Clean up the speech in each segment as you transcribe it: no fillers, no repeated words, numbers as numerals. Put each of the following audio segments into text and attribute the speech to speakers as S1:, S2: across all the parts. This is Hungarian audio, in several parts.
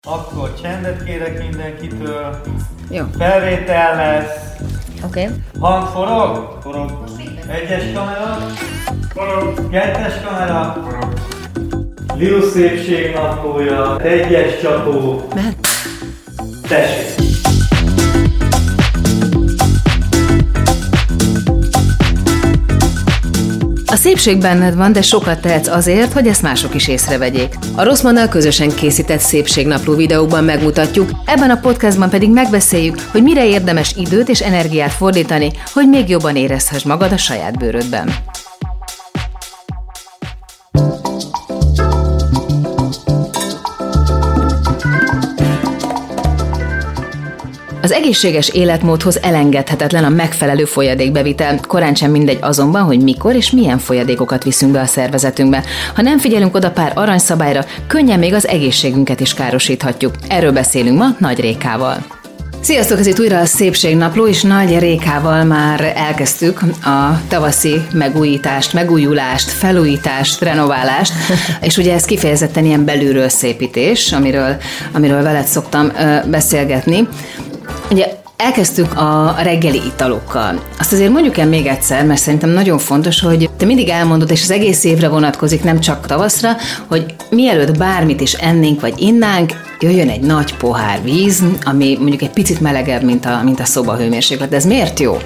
S1: Akkor csendet kérek mindenkitől.
S2: Jó.
S1: Felvétel lesz.
S2: Oké.
S1: Hang forog? Forog. Egyes kamera? Forog. Kettes kamera? Forog. Liu szépség naplója. Egyes csapó.
S2: Mehet.
S1: Tessék.
S2: A szépség benned van, de sokat tehetsz azért, hogy ezt mások is észrevegyék. A Rosszmannal közösen készített szépségnapló videókban megmutatjuk, ebben a podcastban pedig megbeszéljük, hogy mire érdemes időt és energiát fordítani, hogy még jobban érezhess magad a saját bőrödben. Az egészséges életmódhoz elengedhetetlen a megfelelő folyadékbevitel. Korán sem mindegy azonban, hogy mikor és milyen folyadékokat viszünk be a szervezetünkbe. Ha nem figyelünk oda pár aranyszabályra, könnyen még az egészségünket is károsíthatjuk. Erről beszélünk ma Nagy Rékával. Sziasztok, ez itt újra a Szépségnapló, és Nagy Rékával már elkezdtük a tavaszi megújítást, megújulást, felújítást, renoválást, és ugye ez kifejezetten ilyen belülről szépítés, amiről veled szoktam beszélgetni. Ugye elkezdtük a reggeli italokkal. Azt azért mondjuk el még egyszer, mert szerintem nagyon fontos, hogy te mindig elmondod, és az egész évre vonatkozik, nem csak tavaszra, hogy mielőtt bármit is ennénk vagy innánk, jöjjön egy nagy pohár víz, ami mondjuk egy picit melegebb, mint a szobahőmérséklet. De ez miért jó?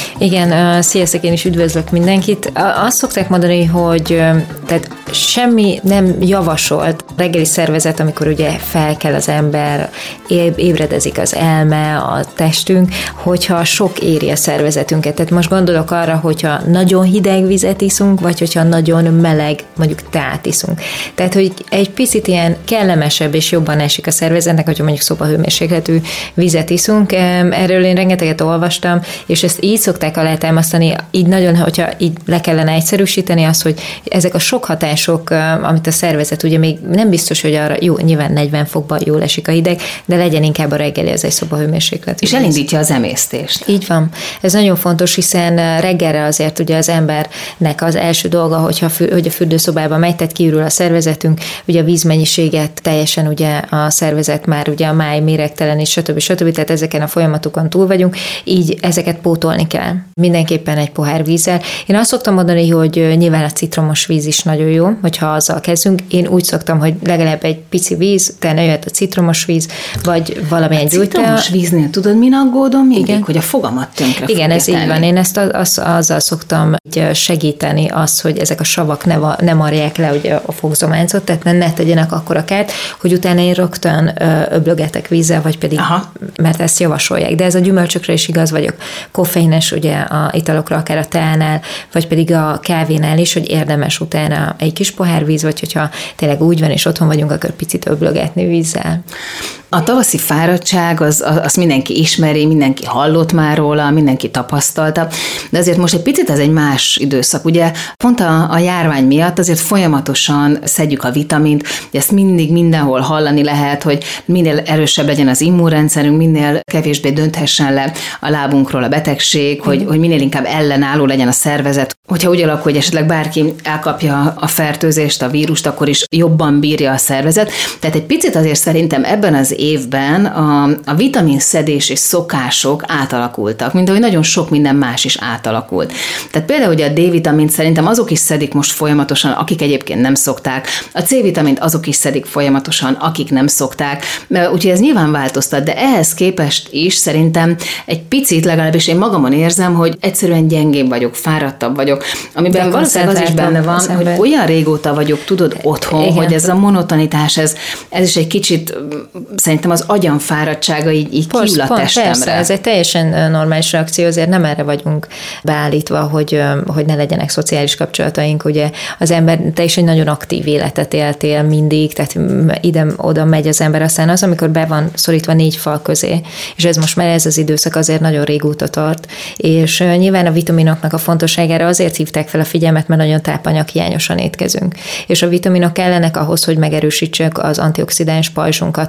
S3: Igen, sziasztok, én is üdvözlök mindenkit. Azt szokták mondani, hogy tehát semmi nem javasolt reggeli szervezet, amikor ugye felkel az ember, ébredezik az elme, a testünk, hogyha sok éri a szervezetünket. Tehát most gondolok arra, hogyha nagyon hideg vizet iszunk, vagy hogyha nagyon meleg, mondjuk teát iszunk. Tehát, hogy egy picit ilyen kellemesebb és jobban esik a szervezetnek, hogyha mondjuk szobahőmérsékletű vizet iszunk. Erről én rengeteget olvastam, és ezt így szokták alátámasztani, így nagyon, hogyha így le kellene egyszerűsíteni azt, hogy ezek a sok hatások, amit a szervezet ugye még nem biztos, hogy arra, jó, nyilván 40 fokban jól esik a hideg, de legyen inkább a reggeli az egy szobahőmérséklet.
S2: És elindítja az emésztést.
S3: Így van. Ez nagyon fontos, hiszen reggelre azért ugye az embernek az első dolga, hogy a fürdőszobába megy, tehát kiürül a szervezetünk, ugye a vízmennyiséget teljesen ugye a szervezet már ugye a máj méregtelen és stb. Tehát ezeken a folyamatokon túl vagyunk, így ezeket pótolni kell. Mindenképpen egy pohár vízzel. Én azt szoktam mondani, hogy nyilván a citromos víz is nagyon jó, hogyha azzal kezdünk. Én úgy szoktam, hogy legalább egy pici víz, utána jöhet a citromos víz, vagy valamilyen gyújtja.
S2: Citromos víznél tudod, min aggódom mindig? Igen. Hogy a fogamat tönkre
S3: igen, ez így van. Én ezt azzal szoktam segíteni azt, hogy ezek a savak ne marják le ugye a fogzománcot, tehát ne tegyenek akkora kárt, hogy utána én rögtön öblögetek vízzel, vagy pedig, mert ezt javasolják. De ez a gyümölcsökre is igaz, vagyok koffeines ugye a italokra, akár a teánál, vagy pedig a kávénál is, hogy érdemes utána egy kis pohár víz, vagy hogyha tényleg úgy van, és otthon vagyunk, akkor picit öblögetni vízzel.
S2: A tavaszi fáradtság, az mindenki ismeri, mindenki hallott már róla, mindenki tapasztalta, de azért most egy picit ez egy más időszak. Ugye pont a járvány miatt azért folyamatosan szedjük a vitamint, ezt mindig mindenhol hallani lehet, hogy minél erősebb legyen az immunrendszerünk, minél kevésbé dönthessen le a lábunkról a betegség, hogy minél inkább ellenálló legyen a szervezet. Hogyha úgy alakul, hogy esetleg bárki elkapja a fertőzést, a vírust, akkor is jobban bírja a szervezet. Tehát egy picit azért szerintem ebben az évben a vitaminszedés és szokások átalakultak, mint ahogy nagyon sok minden más is átalakult. Tehát például ugye a D-vitamint szerintem azok is szedik most folyamatosan, akik egyébként nem szokták, a C-vitamint azok is szedik folyamatosan, akik nem szokták, úgyhogy ez nyilván változtat, de ehhez képest is szerintem egy picit, legalábbis én magamon érzem, hogy egyszerűen gyengébb vagyk, fáradtabb vagyok, amiben valószínűleg az is benne van, hogy olyan régóta vagyok, tudod, otthon, igen, hogy ez a monotonitás, ez is egy kicsit szerintem az agyam fáradtsága így kiül a testemre.
S3: Persze, ez egy teljesen normális reakció, azért nem erre vagyunk beállítva, hogy ne legyenek szociális kapcsolataink, ugye az ember, te is egy nagyon aktív életet éltél mindig, tehát ide-oda megy az ember, aztán az, amikor be van szorítva 4 fal közé, és ez most már ez az időszak azért nagyon régóta tart, és nyilván a vitaminoknak a fontosságára azért hívták fel a figyelmet, mert nagyon tápanyaghiányosan étkezünk. És a vitaminok kellenek ahhoz, hogy megerősítsük az antioxidáns pajzsunkat, hogy legyen egy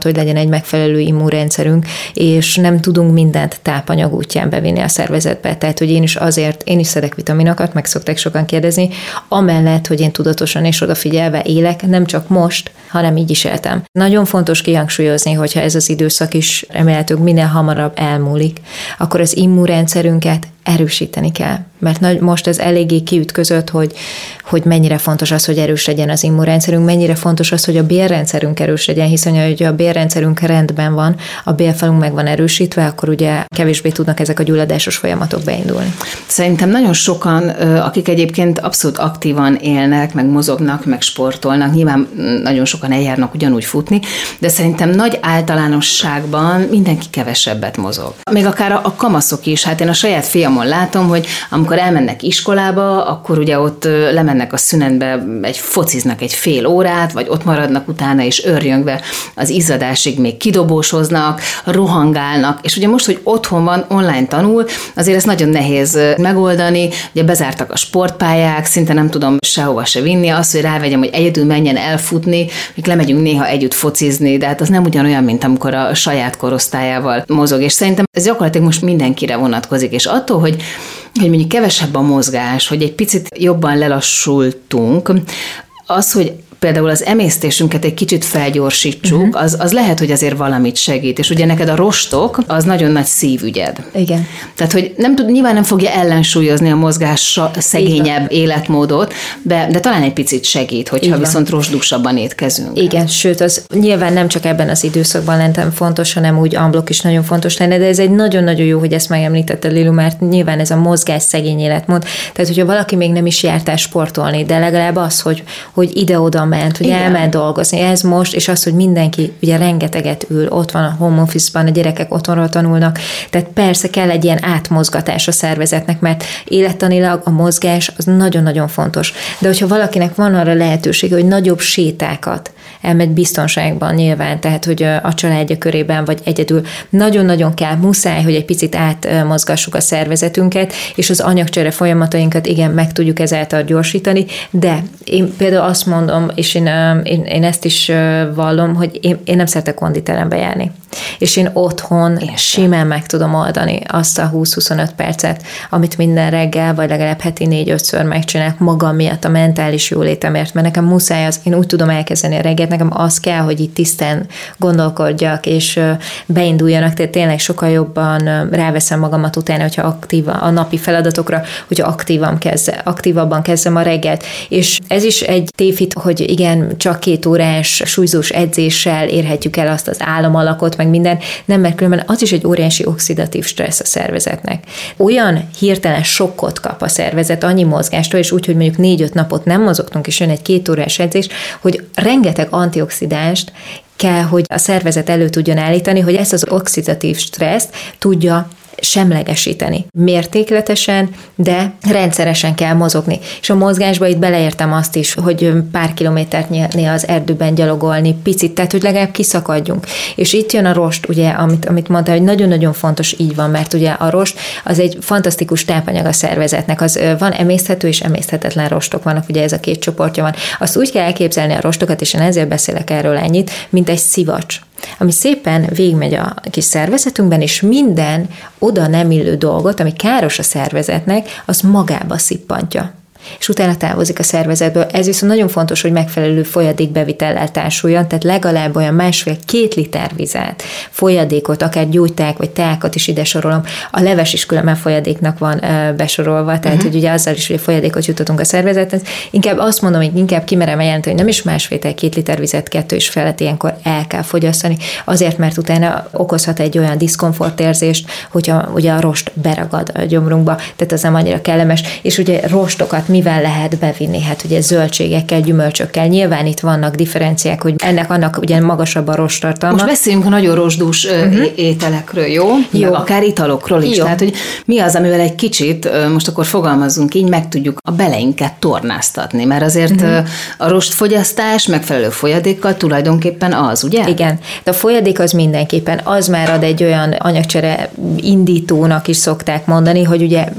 S3: egy megfelelő immunrendszerünk, és nem tudunk mindent tápanyag útján bevinni a szervezetbe. Tehát, hogy én is szedek vitaminokat, meg szokták sokan kérdezni, amellett, hogy én tudatosan és odafigyelve élek, nem csak most, hanem így is éltem. Nagyon fontos kihangsúlyozni, hogyha ez az időszak is remélhetőleg minél hamarabb elmúlik, akkor az immunrendszerünket erősíteni kell. Mert most ez eléggé kiütközött, hogy mennyire fontos az, hogy erős legyen az immunrendszerünk, mennyire fontos az, hogy a bélrendszerünk erős legyen, hiszen hogy a bélrendszerünk rendben van, a bélfalunk meg van erősítve, akkor ugye kevésbé tudnak ezek a gyulladásos folyamatok beindulni.
S2: Szerintem nagyon sokan, akik egyébként abszolút aktívan élnek, meg mozognak, meg sportolnak, nyilván nagyon sokan eljárnak ugyanúgy futni, de szerintem nagy általánosságban mindenki kevesebbet mozog. Még akár a kamaszok is, hát én a saját fiamon látom, hogy amikor elmennek iskolába, akkor ugye ott lemennek a szünetbe, fociznak egy fél órát, vagy ott maradnak utána, és örjöngve az izzadásig még kidobósoznak, rohangálnak, és ugye most, hogy otthon van, online tanul, azért ez nagyon nehéz megoldani, ugye bezártak a sportpályák, szinte nem tudom sehova se vinni, az, hogy rávegyem, hogy egyedül menjen elfutni, még lemegyünk néha együtt focizni, de hát az nem ugyanolyan, mint amikor a saját korosztályával mozog, és szerintem ez gyakorlatilag most mindenkire vonatkozik, és attól, hogy mondjuk kevesebb a mozgás, hogy egy picit jobban lelassultunk, az, hogy például az emésztésünket egy kicsit felgyorsítsuk, az lehet, hogy azért valamit segít. És ugye neked a rostok, az nagyon nagy szívügyed.
S3: Igen.
S2: Tehát, hogy nyilván nem fogja ellensúlyozni a mozgás szegényebb életmódot, de talán egy picit segít, hogyha viszont rostdúsabban étkezünk.
S3: Igen, sőt, az nyilván nem csak ebben az időszakban lentem fontos, hanem úgy unblock is nagyon fontos lenne, de ez egy nagyon-nagyon jó, hogy ezt megemlítette Lilu, mert nyilván ez a mozgás szegény életmód. Tehát, hogyha valaki még nem is járt el sportolni, de legalább az, hogy ide-oda ment, hogy elment dolgozni. Ez most, és az, hogy mindenki ugye rengeteget ül, ott van a home office-ban, a gyerekek otthonról tanulnak, tehát persze kell egy ilyen átmozgatás a szervezetnek, mert élettanilag a mozgás az nagyon-nagyon fontos. De hogyha valakinek van arra lehetősége, hogy nagyobb sétákat elmegy biztonságban nyilván, tehát hogy a családja körében, vagy egyedül nagyon-nagyon kell, muszáj, hogy egy picit átmozgassuk a szervezetünket, és az anyagcsere folyamatainkat igen, meg tudjuk ezáltal gyorsítani, de én például azt mondom, és én ezt is vallom, hogy én nem szeretek konditerembe járni. És én otthon simán meg tudom oldani azt a 20-25 percet, amit minden reggel, vagy legalább heti 4-5-ször megcsinálok magam miatt, a mentális jólétemért, mert nekem muszáj az, én úgy tudom elkezdeni a reggelt, nekem az kell, hogy itt tisztán gondolkodjak, és beinduljanak, tehát tényleg sokkal jobban ráveszem magamat utána, hogyha aktív a napi feladatokra, hogyha aktívabban kezdem a reggelt. És ez is egy tévhit, hogy igen, csak 2 órás súlyzós edzéssel érhetjük el azt az álomalakot, meg minden, nem, mert különben az is egy óriási oxidatív stressz a szervezetnek. Olyan hirtelen sokkot kap a szervezet annyi mozgástól, és úgy, hogy mondjuk 4-5 napot nem mozogtunk, és jön egy 2 órás edzés, hogy rengeteg antioxidánst kell, hogy a szervezet elő tudjon állítani, hogy ezt az oxidatív stresszt tudja semlegesíteni. Mértékletesen, de rendszeresen kell mozogni. És a mozgásba itt beleértem azt is, hogy pár kilométert néha az erdőben gyalogolni, picit, tehát hogy legalább kiszakadjunk. És itt jön a rost, ugye, amit mondta, hogy nagyon-nagyon fontos, így van, mert ugye a rost az egy fantasztikus tápanyag a szervezetnek. Az van emészthető és emészthetetlen rostok vannak, ugye ez a 2 csoportja van. Azt úgy kell elképzelni a rostokat, és én ezért beszélek erről ennyit, mint egy szivacs, ami szépen végigmegy a kis szervezetünkben, és minden oda nem illő dolgot, ami káros a szervezetnek, az magába szippantja. És utána távozik a szervezetből. Ez viszont nagyon fontos, hogy megfelelő folyadékbevitellel társuljon, tehát legalább olyan 1,5-2 liter vizet, folyadékot, akár gyógyteák vagy teákat is ide sorolom. A leves is különben folyadéknak van besorolva, tehát hogy ugye azzal is, hogy a folyadékot juttatunk a szervezethez. Inkább azt mondom, hogy inkább kimerem jelenteni, hogy nem is 1,5-2 liter vizet, 2,5 ilyenkor el kell fogyasztani, azért, mert utána okozhat egy olyan diszkomfortérzést, hogyha ugye a rost beragad a gyomrunkba, tehát az nem annyira kellemes, és ugye rostokat mivel lehet bevinni? Hát ugye zöldségekkel, gyümölcsökkel. Nyilván itt vannak differenciák, hogy annak ugye magasabb a rosttartalma.
S2: Most beszéljünk a nagyon rostdús ételekről, jó? Meg akár italokról is. Jó. Tehát, hogy mi az, amivel egy kicsit, most akkor fogalmazzunk így, meg tudjuk a beleinket tornáztatni, mert azért a rostfogyasztás megfelelő folyadékkal tulajdonképpen az, ugye?
S3: Igen, de a folyadék az mindenképpen, az már ad egy olyan anyagcsere indítónak is szokták mondani, hogy ugye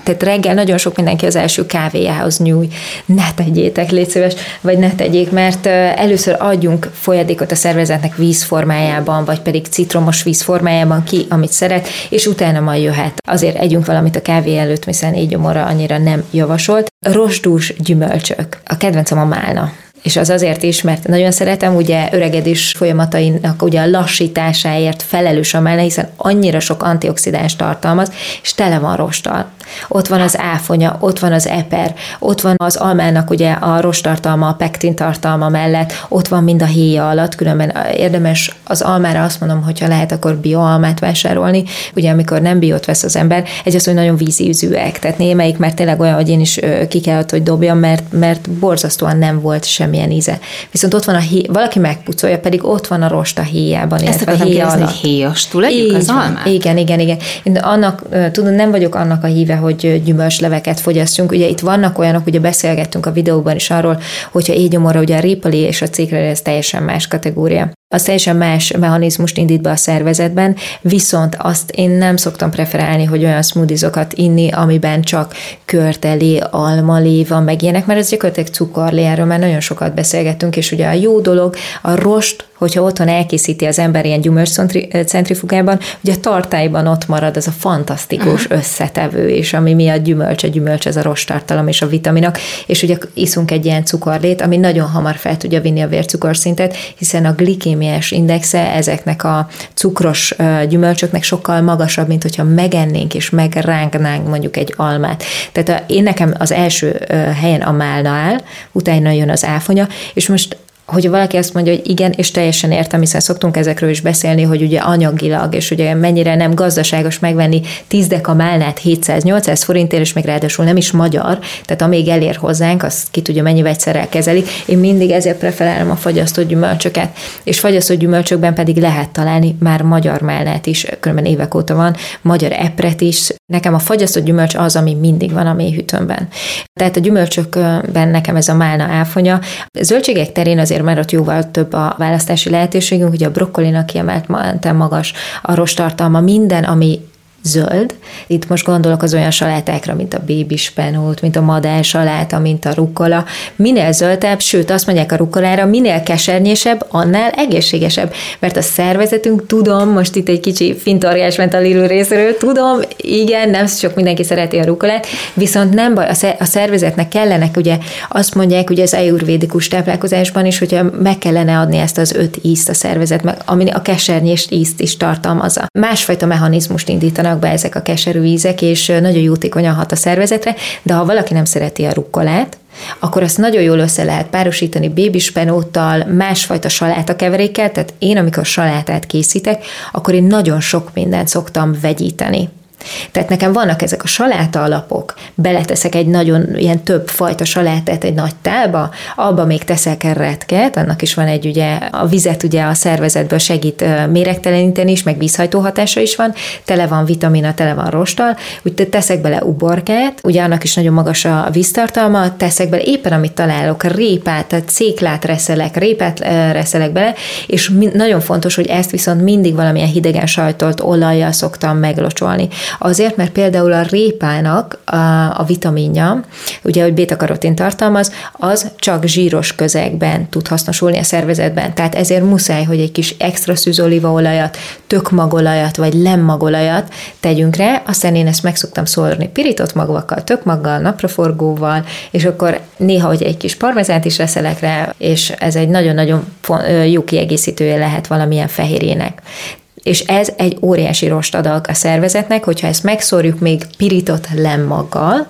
S3: Tehát reggel nagyon sok mindenki az első kávéjához nyúj. Ne tegyétek, légy szíves, vagy ne tegyék, mert először adjunk folyadékot a szervezetnek víz formájában, vagy pedig citromos víz formájában ki, amit szeret, és utána majd jöhet. Azért együnk valamit a kávé előtt, hiszen éjgyomorra annyira nem javasolt. Rostdús gyümölcsök. A kedvencem a málna. És az azért is, mert nagyon szeretem, ugye öregedés folyamatainak ugye a lassításáért felelős a málna, hiszen annyira sok antioxidáns tartalmaz, és tele van rosttal. Ott van az áfonya, ott van az eper, ott van az almának ugye a rosttartalma, a pektin tartalma mellett, ott van mind a héja alatt, különben érdemes az almára azt mondom, hogyha lehet, akkor bioalmát vásárolni, ugye amikor nem biót vesz az ember, egy az, hogy nagyon vízízűek, tehát némelyik, mert tényleg olyan, hogy én is ki kellett, hogy dobjam, mert borzasztóan nem volt semmilyen íze. Viszont ott van a héja, valaki megpucolja, pedig ott van a rost a héjában.
S2: Ezt akartam kérdezni, hogy héjastú legyük az almát?
S3: Igen. Én annak, tudom, nem vagyok annak a híve, hogy gyümölcsleveket fogyasszunk. Ugye itt vannak olyanok, ugye beszélgettünk a videóban is arról, hogyha éjgyomorra ugye a répali és a cékleri, ez teljesen más kategória. Az teljesen más mechanizmust indít be a szervezetben, viszont azt én nem szoktam preferálni, hogy olyan smoothiezokat inni, amiben csak körtelé, almalé van, meg ilyenek, mert ez gyakorlatilag cukorlé, erről már nagyon sokat beszélgettünk, és ugye a jó dolog, a rost, hogyha otthon elkészíti az ember ilyen gyümölcscentrifugában, ugye a tartályban ott marad az a fantasztikus összetevő, és ami miatt a gyümölcs ez a rosttartalom és a vitaminok, és ugye iszunk egy ilyen cukorlét, ami nagyon hamar fel tudja vinni a vércukorszintet, hiszen a glikémiás indexe ezeknek a cukros gyümölcsöknek sokkal magasabb, mint hogyha megennénk és megrángnánk mondjuk egy almát. Tehát én nekem az első helyen a málna áll, utána jön az áfonya, és most hogyha valaki azt mondja, hogy igen, és teljesen értem, hiszen szoktunk ezekről is beszélni, hogy ugye anyagilag, és ugye mennyire nem gazdaságos megvenni 10 deka málnát 700-800 forintért, és még ráadásul nem is magyar, tehát amíg elér hozzánk, azt ki tudja, mennyi vegyszerrel kezelik. Én mindig ezért preferálom a fagyasztott gyümölcsöket, és fagyasztott gyümölcsökben pedig lehet találni már magyar málnát is, különben évek óta van, magyar epret is. Nekem a fagyasztott gyümölcs az, ami mindig van a mélyhűtőmben. Tehát a gyümölcsökben nekem ez a málna áfonya. A zöldségek terén azért már ott jóval több a választási lehetőségünk, ugye a brokkolinak kiemelten magas a rosttartalma, minden, ami zöld. Itt most gondolok az olyan salátákra, mint a bébispenót, mint a madársaláta, mint a rukkola. Minél zöldebb, sőt azt mondják a rukkolára, minél kesernyésebb, annál egészségesebb. Mert a szervezetünk, tudom, most itt egy kicsi fintorgás ment a Lilu részéről, tudom, igen, nem sok mindenki szereti a rukkolát, viszont nem baj, a szervezetnek kellenek, ugye azt mondják, ugye az ayurvédikus táplálkozásban is, hogyha meg kellene adni ezt az 5 ízt a szervezetnek, ami a kesernyés ízt is tartalmazza. Másfajta mechanizmust indítanak be ezek a keserű ízek, és nagyon jótékonyan hat a szervezetre, de ha valaki nem szereti a rukkolát, akkor azt nagyon jól össze lehet párosítani bébispenóttal, másfajta salátakeverékkel, tehát én, amikor salátát készítek, akkor én nagyon sok mindent szoktam vegyíteni. Tehát nekem vannak ezek a saláta alapok, beleteszek egy nagyon ilyen több fajta salátát egy nagy tálba, abba még teszek retket, annak is van egy ugye, a vizet ugye a szervezetből segít méregteleníteni is, meg vízhajtó hatása is van, tele van vitamina, tele van rosttal, úgy teszek bele uborkát, ugye annak is nagyon magas a víztartalma, teszek bele éppen amit találok, répát, tehát céklát reszelek, répát reszelek bele, és nagyon fontos, hogy ezt viszont mindig valamilyen hidegen sajtolt olajjal szoktam meglocsolni. Azért, mert például a répának a vitaminja, ugye, hogy béta-karotin tartalmaz, az csak zsíros közegben tud hasznosulni a szervezetben. Tehát ezért muszáj, hogy egy kis extra szűzolívaolajat, tökmagolajat vagy lemmagolajat tegyünk rá, aztán én ezt meg szoktam szórni pirított magvakkal, tökmaggal, napraforgóval, és akkor néha, hogy egy kis parmezánt is reszelek rá, és ez egy nagyon-nagyon jó kiegészítője lehet valamilyen fehérjének. És ez egy óriási rostadag a szervezetnek, hogyha ezt megszórjuk még pirított lemmaggal,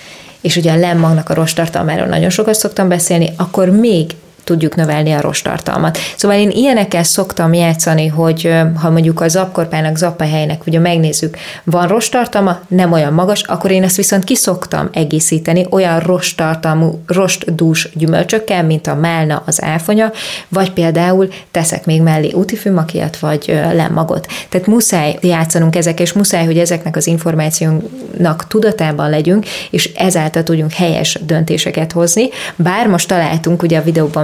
S3: és ugye a lemmagnak a rosttartalmáról nagyon sokat szoktam beszélni, akkor még tudjuk növelni a rosttartalmat. Szóval én ilyenekkel szoktam játszani, hogy ha mondjuk a zapkorpának, zappahelynek ugye megnézzük, van rosttartalma, nem olyan magas, akkor én ezt viszont ki szoktam egészíteni olyan rosttartalmú, rostdús gyümölcsökkel, mint a málna, az áfonya, vagy például teszek még mellé útifűmakiat, vagy lemmagot. Tehát muszáj játszanunk ezek, és muszáj, hogy ezeknek az információnak tudatában legyünk, és ezáltal tudjunk helyes döntéseket hozni. Bár most találtunk, ugye a videóban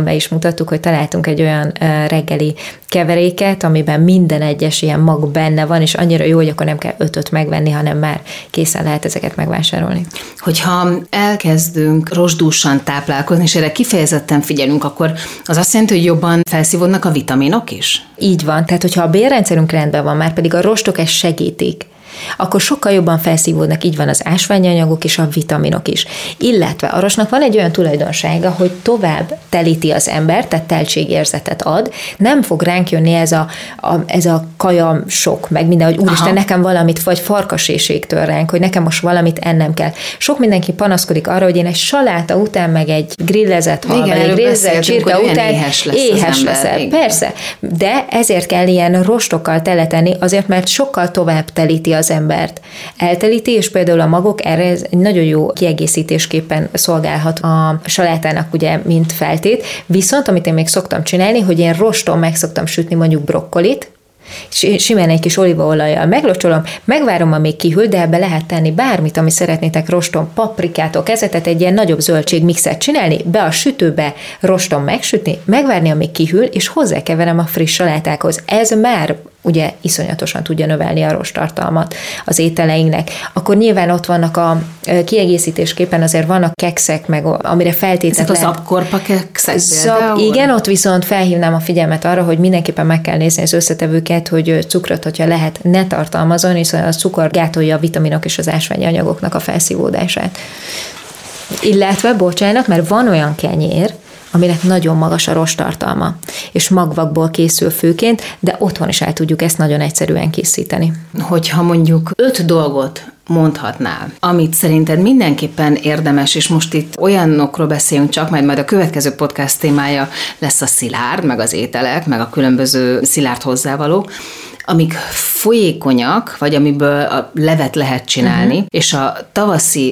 S3: be is mutattuk, hogy találtunk egy olyan reggeli keveréket, amiben minden egyes ilyen mag benne van, és annyira jó, hogy akkor nem kell 5-öt megvenni, hanem már készen lehet ezeket megvásárolni.
S2: Hogyha elkezdünk rozsdúsan táplálkozni, és erre kifejezetten figyelünk, akkor az azt jelenti, hogy jobban felszívódnak a vitaminok is?
S3: Így van, tehát hogyha a bélrendszerünk rendben van, már pedig a rostok ezt segítik, akkor sokkal jobban felszívódnak, így van az ásványi anyagok és a vitaminok is. Illetve a rostnak van egy olyan tulajdonsága, hogy tovább telíti az embert, tehát teltségérzetet ad, nem fog ránk jönni ez a kaja sok, meg minden, hogy úristen, nekem valamit, vagy farkaséségtől ránk, hogy nekem most valamit ennem kell. Sok mindenki panaszkodik arra, hogy én egy saláta után, meg egy grillezett hal, vagy egy grillezett csirke után éhes leszel. Persze, de ezért kell ilyen rostokkal teletenni, azért, mert sokkal tovább telíti az embert. Eltelíti, és például a magok erre ez egy nagyon jó kiegészítésképpen szolgálhat a salátának, ugye, mint feltét. Viszont, amit én még szoktam csinálni, hogy én roston meg szoktam sütni mondjuk brokkolit, simán egy kis olívaolajjal meglocsolom, megvárom, amíg kihűl, de ebbe lehet tenni bármit, ami szeretnétek, roston, paprikától kezdve, tehát egy ilyen nagyobb zöldségmixet csinálni, be a sütőbe roston megsütni, megvárni, amíg kihűl, és hozzákeverem a friss salátákhoz. Ez már ugye iszonyatosan tudja növelni a rosttartalmat az ételeinknek. Akkor nyilván ott vannak a kiegészítésképpen azért vannak kekszek, meg amire feltétlenül
S2: ezek az apkorpa kekszek
S3: igen, ott viszont felhívnám a figyelmet arra, hogy mindenképpen meg kell nézni az összetevőket, hogy cukrot, hogyha lehet, ne tartalmazon, hiszen a cukor gátolja a vitaminok és az ásványi anyagoknak a felszívódását. Illetve, bocsánat, mert van olyan kenyér, aminek nagyon magas a rosttartalma, és magvakból készül főként, de otthon is el tudjuk ezt nagyon egyszerűen készíteni.
S2: Hogyha mondjuk 5 dolgot mondhatnál, amit szerinted mindenképpen érdemes, és most itt olyanokról beszélünk csak, majd a következő podcast témája lesz a szilárd, meg az ételek, meg a különböző szilárd hozzávalók, amik folyékonyak, vagy amiből a levet lehet csinálni, és a tavaszi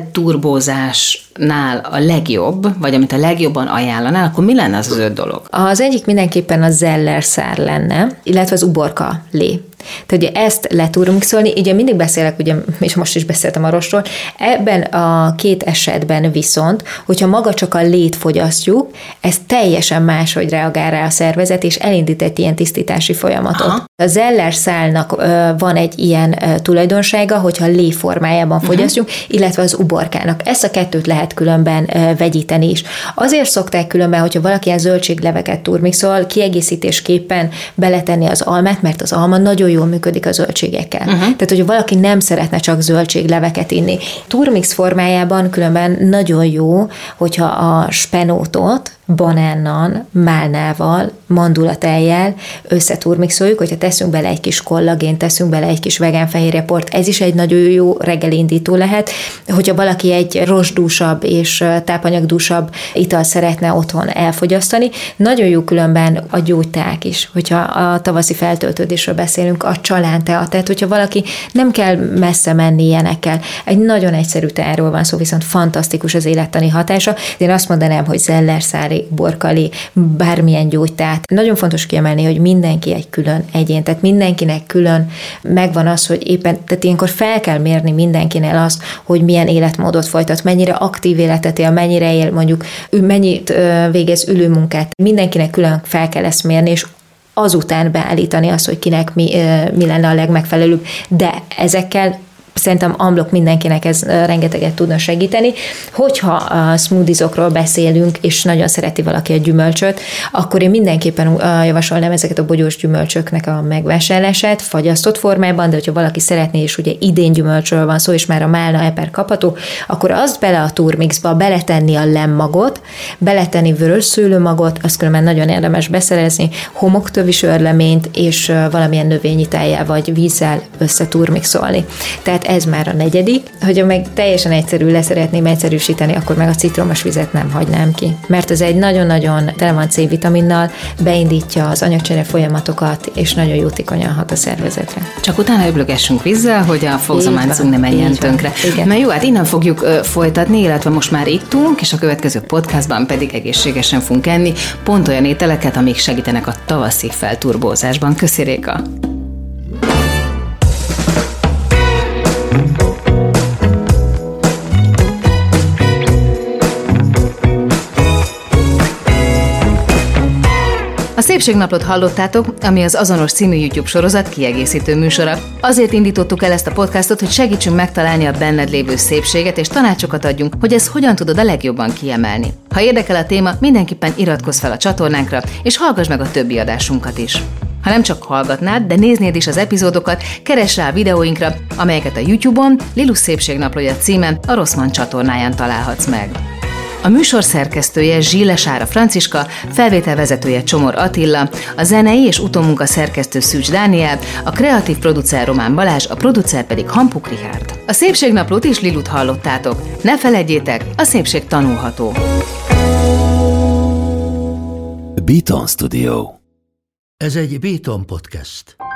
S2: felturbózásnál a legjobb, vagy amit a legjobban ajánlanál, akkor mi lenne az 5 dolog?
S3: Az egyik mindenképpen a zellerszár lenne, illetve az uborka lé. Tehát ugye ezt leturmixolni, ugye mindig beszélek, ugye, és most is beszéltem a rostról, ebben a 2 esetben viszont, hogyha maga csak a lét fogyasztjuk, ez teljesen máshogy reagál rá a szervezet, és elindít egy ilyen tisztítási folyamatot. Aha. A zellerszálnak van egy ilyen tulajdonsága, hogyha lé formájában fogyasztjuk, illetve az uborkának. Ezt a 2-t lehet különben vegyíteni is. Azért szokták különben, hogyha valaki ilyen zöldségleveket turmixol, kiegészítésképpen beletenni az almát, mert az alma nagyon jól működik a zöldségekkel. Tehát, hogyha valaki nem szeretne csak zöldségleveket inni. Turmix formájában különben nagyon jó, hogyha a spenótot banánnal, málnával, mandulatejjel összeturmixoljuk, hogyha teszünk bele egy kis kollagént, teszünk bele egy kis vegán fehérjeport, ez is egy nagyon jó reggelindító lehet. Hogyha valaki egy rozsdúsabb és tápanyagdúsabb ital szeretne otthon elfogyasztani, nagyon jó különben a gyógyteák is, hogyha a tavaszi feltöltődésről beszélünk, a csalántea, tehát hogyha valaki nem kell messze menni ilyenekkel, egy nagyon egyszerű teáról van szó, viszont fantasztikus az élettani hatása. Én azt mondanám, hogy zellerszári, borkali, bármilyen gyógytát. Nagyon fontos kiemelni, hogy mindenki egy külön egyén, tehát mindenkinek külön megvan az, hogy éppen, tehát ilyenkor fel kell mérni mindenkinél azt, hogy milyen életmódot folytat, mennyire aktív életet él, mennyire él, mondjuk mennyit végez ülőmunkát. Mindenkinek külön fel kell ezt mérni, és azután beállítani azt, hogy kinek mi lenne a legmegfelelőbb. De ezekkel szerintem amblok mindenkinek ez rengeteget tudna segíteni. Hogyha a smoothiesokról beszélünk, és nagyon szereti valaki a gyümölcsöt, akkor én mindenképpen javasolnám ezeket a bogyós gyümölcsöknek a megvásárlását, fagyasztott formában, de hogyha valaki szeretné, és ugye idén gyümölcsről van szó, és már a málna eper kapható, akkor azt bele a turmixba, beletenni a lemmagot, beletenni vörös szőlőmagot, azt különben nagyon érdemes beszerezni, homoktövi sörleményt, és valamilyen növényi tejjel vagy vízzel összeturmixolni. Tehát ez már a 4. Hogyha meg teljesen egyszerű szeretném egyszerűsíteni, akkor meg a citromos vizet nem hagynám ki. Mert ez egy nagyon-nagyon tele van C-vitaminnal, beindítja az anyagcsere folyamatokat, és nagyon jótékonyan hat a szervezetre.
S2: Csak utána öblögessünk vízzel, hogy a fogzamáncunk ne menjen tönkre. Na jó, hát innen fogjuk folytatni, illetve most már ittunk, és a következő podcastban pedig egészségesen fogunk enni pont olyan ételeket, amik segítenek a tavaszi felturbózásban. Köszi, Réka! Szépségnaplót hallottátok, ami az Azonos című YouTube sorozat kiegészítő műsora. Azért indítottuk el ezt a podcastot, hogy segítsünk megtalálni a benned lévő szépséget, és tanácsokat adjunk, hogy ezt hogyan tudod a legjobban kiemelni. Ha érdekel a téma, mindenképpen iratkozz fel a csatornánkra, és hallgass meg a többi adásunkat is. Ha nem csak hallgatnád, de néznéd is az epizódokat, keress rá a videóinkra, amelyeket a YouTube-on Lilus Szépségnaplója címen a Rosszmann csatornáján találhatsz meg. A műsor szerkesztője Zsille Sára Franciska, felvételvezetője Csomor Attila, a zenei és utómunka szerkesztő Szűcs Dániel, a kreatív producer Román Balázs, a producer pedig Hampuk Richárd. A Szépségnaplót is Lilut hallottátok. Ne feledjétek, a szépség tanulható.
S4: Beaton Studio.
S5: Ez egy Beaton Podcast.